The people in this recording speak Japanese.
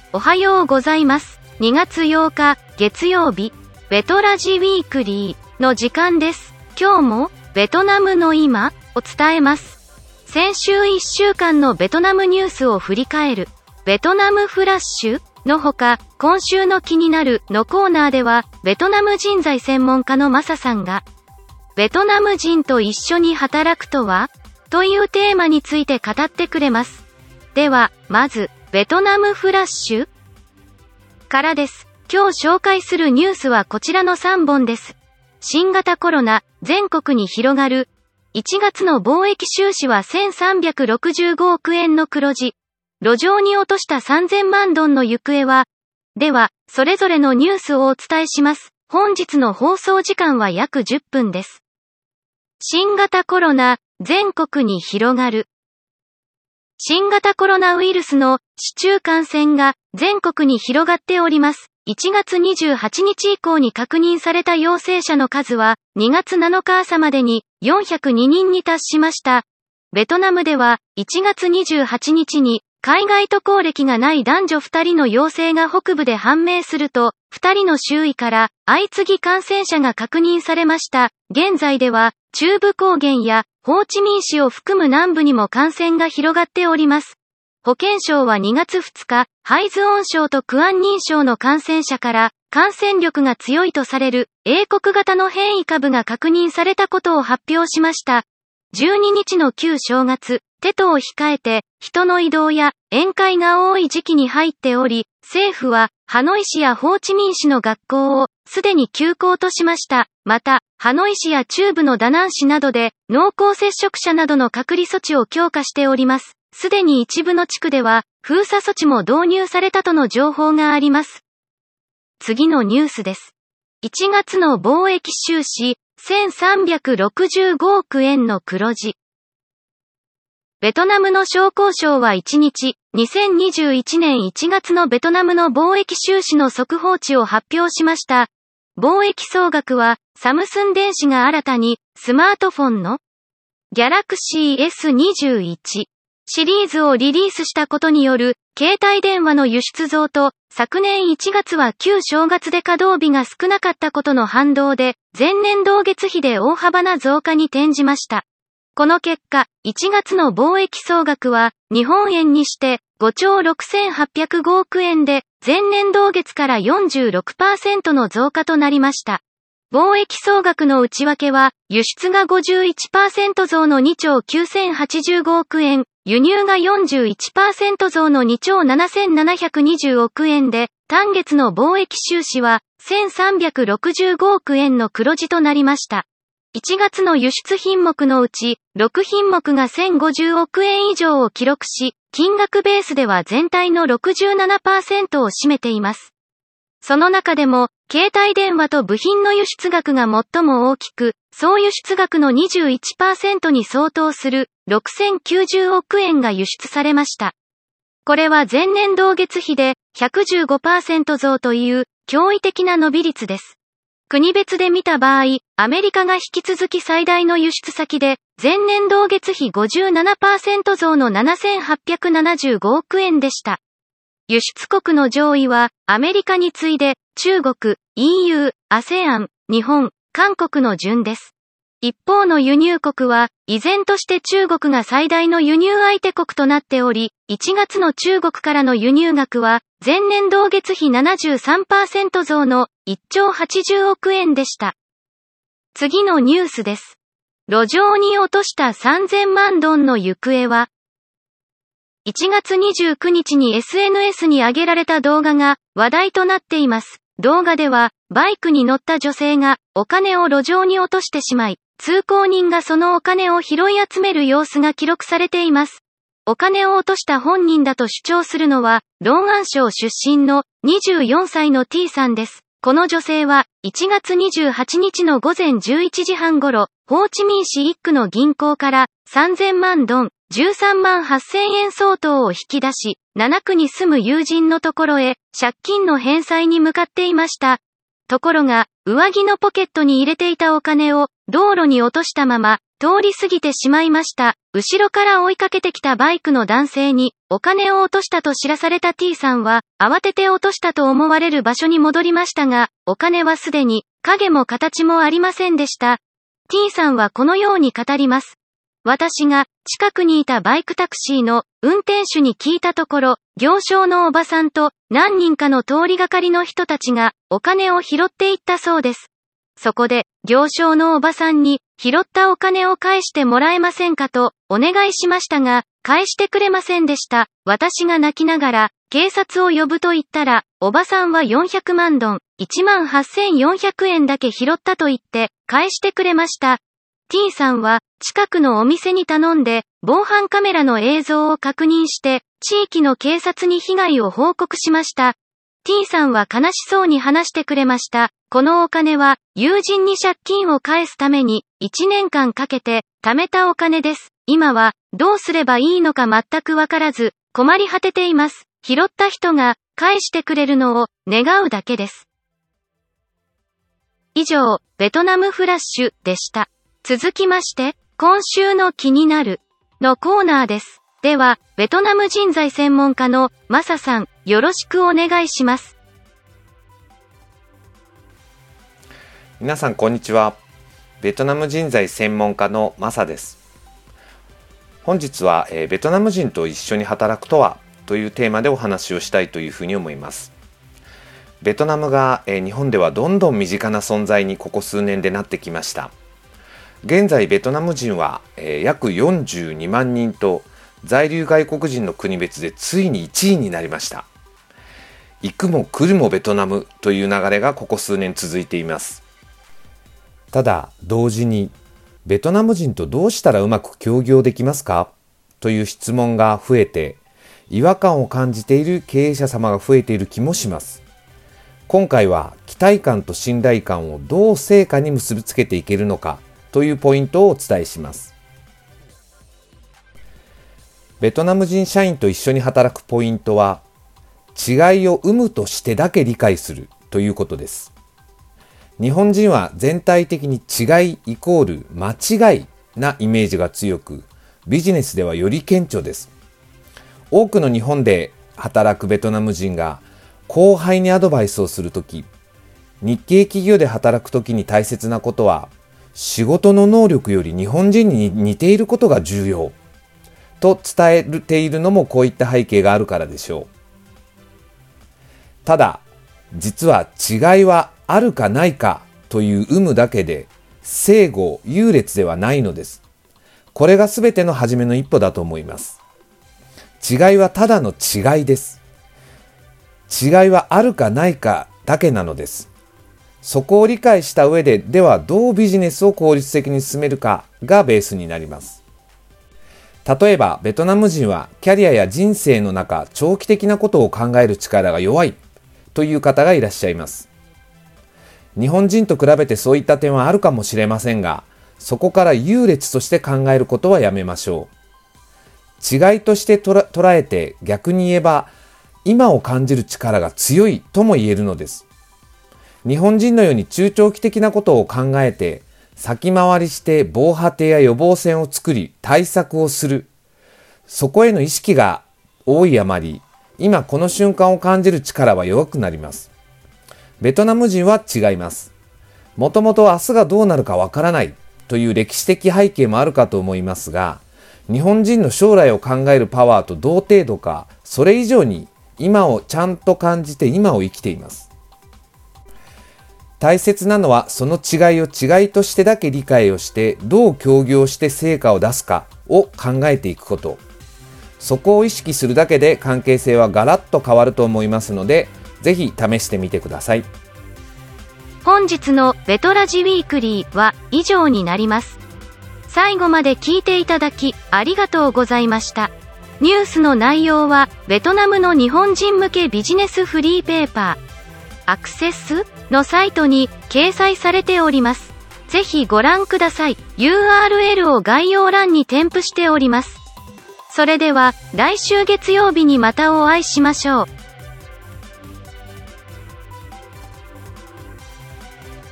おはようございます。2月8日、月曜日、ベトラジウィークリーの時間です。今日も、ベトナムの今を伝えます。先週1週間のベトナムニュースを振り返る、ベトナムフラッシュのほか、今週の気になるのコーナーでは、ベトナム人材専門家のマサさんが、ベトナム人と一緒に働くとはというテーマについて語ってくれます。では、まず、ベトナムフラッシュからです。今日紹介するニュースはこちらの3本です。新型コロナ、全国に広がる。1月の貿易収支は1365億円の黒字。路上に落とした3000万ドンの行方は。では、それぞれのニュースをお伝えします。本日の放送時間は約10分です。新型コロナ、全国に広がる。新型コロナウイルスの市中感染が全国に広がっております。1月28日以降に確認された陽性者の数は2月7日朝までに402人に達しました。ベトナムでは1月28日に海外渡航歴がない男女2人の陽性が北部で判明すると、2人の周囲から相次ぎ感染者が確認されました。現在では中部高原やホーチミン市を含む南部にも感染が広がっております。保健省は2月2日、ハイズオン症とクアン認証の感染者から感染力が強いとされる英国型の変異株が確認されたことを発表しました。12日の旧正月、テトを控えて、人の移動や宴会が多い時期に入っており、政府は、ハノイ市やホーチミン市の学校を、すでに休校としました。また、ハノイ市や中部のダナン市などで、濃厚接触者などの隔離措置を強化しております。すでに一部の地区では、封鎖措置も導入されたとの情報があります。次のニュースです。1月の貿易収支、1365億円の黒字。ベトナムの商工省は1日、2021年1月のベトナムの貿易収支の速報値を発表しました。貿易総額は、サムスン電子が新たに、スマートフォンの Galaxy S21 シリーズをリリースしたことによる、携帯電話の輸出増と、昨年1月は旧正月で稼働日が少なかったことの反動で、前年同月比で大幅な増加に転じました。この結果、1月の貿易総額は、日本円にして5兆6805億円で、前年同月から 46% の増加となりました。貿易総額の内訳は、輸出が 51% 増の2兆9085億円、輸入が 41% 増の2兆7720億円で、単月の貿易収支は、1365億円の黒字となりました。1月の輸出品目のうち、6品目が1050億円以上を記録し、金額ベースでは全体の 67% を占めています。その中でも、携帯電話と部品の輸出額が最も大きく、総輸出額の 21% に相当する6090億円が輸出されました。これは前年同月比で 115% 増という驚異的な伸び率です。国別で見た場合、アメリカが引き続き最大の輸出先で、前年同月比 57% 増の7875億円でした。輸出国の上位は、アメリカに次いで、中国、EU、ASEAN、日本、韓国の順です。一方の輸入国は、依然として中国が最大の輸入相手国となっており、1月の中国からの輸入額は、前年同月比 73% 増の1兆80億円でした。次のニュースです。路上に落とした3000万ドンの行方は、1月29日に SNS に上げられた動画が話題となっています。動画では、バイクに乗った女性がお金を路上に落としてしまい、通行人がそのお金を拾い集める様子が記録されています。お金を落とした本人だと主張するのは、ロンアン省出身の24歳の T さんです。この女性は、1月28日の午前11時半頃、ホーチミン市1区の銀行から3000万ドン、13万8000円相当を引き出し、7区に住む友人のところへ、借金の返済に向かっていました。ところが、上着のポケットに入れていたお金を、道路に落としたまま、 通り過ぎてしまいました。後ろから追いかけてきたバイクの男性に、お金を落としたと知らされた T さんは、慌てて落としたと思われる場所に戻りましたが、お金はすでに、影も形もありませんでした。T さんはこのように語ります。私が、近くにいたバイクタクシーの運転手に聞いたところ、行商のおばさんと何人かの通りがかりの人たちがお金を拾っていったそうです。そこで、行商のおばさんに、拾ったお金を返してもらえませんかとお願いしましたが、返してくれませんでした。私が泣きながら、警察を呼ぶと言ったら、おばさんは400万ドン、18,400円だけ拾ったと言って、返してくれました。T さんは、近くのお店に頼んで、防犯カメラの映像を確認して、地域の警察に被害を報告しました。T さんは悲しそうに話してくれました。このお金は、友人に借金を返すために、1年間かけて、貯めたお金です。今は、どうすればいいのか全くわからず、困り果てています。拾った人が、返してくれるのを、願うだけです。以上、ベトナムフラッシュでした。続きまして、今週の気になる、のコーナーです。では、ベトナム人材専門家の、マサさん、よろしくお願いします。 皆さんこんにちは。ベトナム人材専門家のマサです。本日は、ベトナム人と一緒に働くとはというテーマでお話をしたいというふうに思います。ベトナムが、日本ではどんどん身近な存在にここ数年でなってきました。現在ベトナム人は、約42万人と在留外国人の国別でついに1位になりました。行くも来るもベトナムという流れがここ数年続いています。ただ同時にベトナム人とどうしたらうまく協業できますかという質問が増えて違和感を感じている経営者様が増えている気もします。今回は期待感と信頼感をどう成果に結びつけていけるのかというポイントをお伝えします。ベトナム人社員と一緒に働くポイントは違いを有無としてだけ理解するということです。日本人は全体的に違いイコール間違いなイメージが強く、ビジネスではより顕著です。多くの日本で働くベトナム人が後輩にアドバイスをするとき、日系企業で働くときに大切なことは、仕事の能力より日本人に似ていることが重要と伝えているのもこういった背景があるからでしょう。ただ、実は違いはあるかないかという有無だけで正誤優劣ではないのです。これが全ての初めの一歩だと思います。違いはただの違いです。違いはあるかないかだけなのです。そこを理解した上で、ではどうビジネスを効率的に進めるかがベースになります。例えばベトナム人はキャリアや人生の中、長期的なことを考える力が弱いという方がいらっしゃいます。日本人と比べてそういった点はあるかもしれませんが、そこから優劣として考えることはやめましょう。違いとして捉えて、逆に言えば今を感じる力が強いとも言えるのです。日本人のように中長期的なことを考えて、先回りして防波堤や予防線を作り対策をする、そこへの意識が多いあまり、今この瞬間を感じる力は弱くなります。ベトナム人は違います。もともと明日がどうなるかわからないという歴史的背景もあるかと思いますが、日本人の将来を考えるパワーと同程度か、それ以上に今をちゃんと感じて今を生きています。大切なのはその違いを違いとしてだけ理解をして、どう協業して成果を出すかを考えていくこと。そこを意識するだけで関係性はガラッと変わると思いますので、ぜひ試してみてください。 本日のベトラジウィークリーは以上になります。最後まで聞いていただきありがとうございました。ニュースの内容はベトナムの日本人向けビジネスフリーペーパーアクセスのサイトに掲載されております。ぜひご覧ください。URL を概要欄に添付しております。それでは来週月曜日にまたお会いしましょう。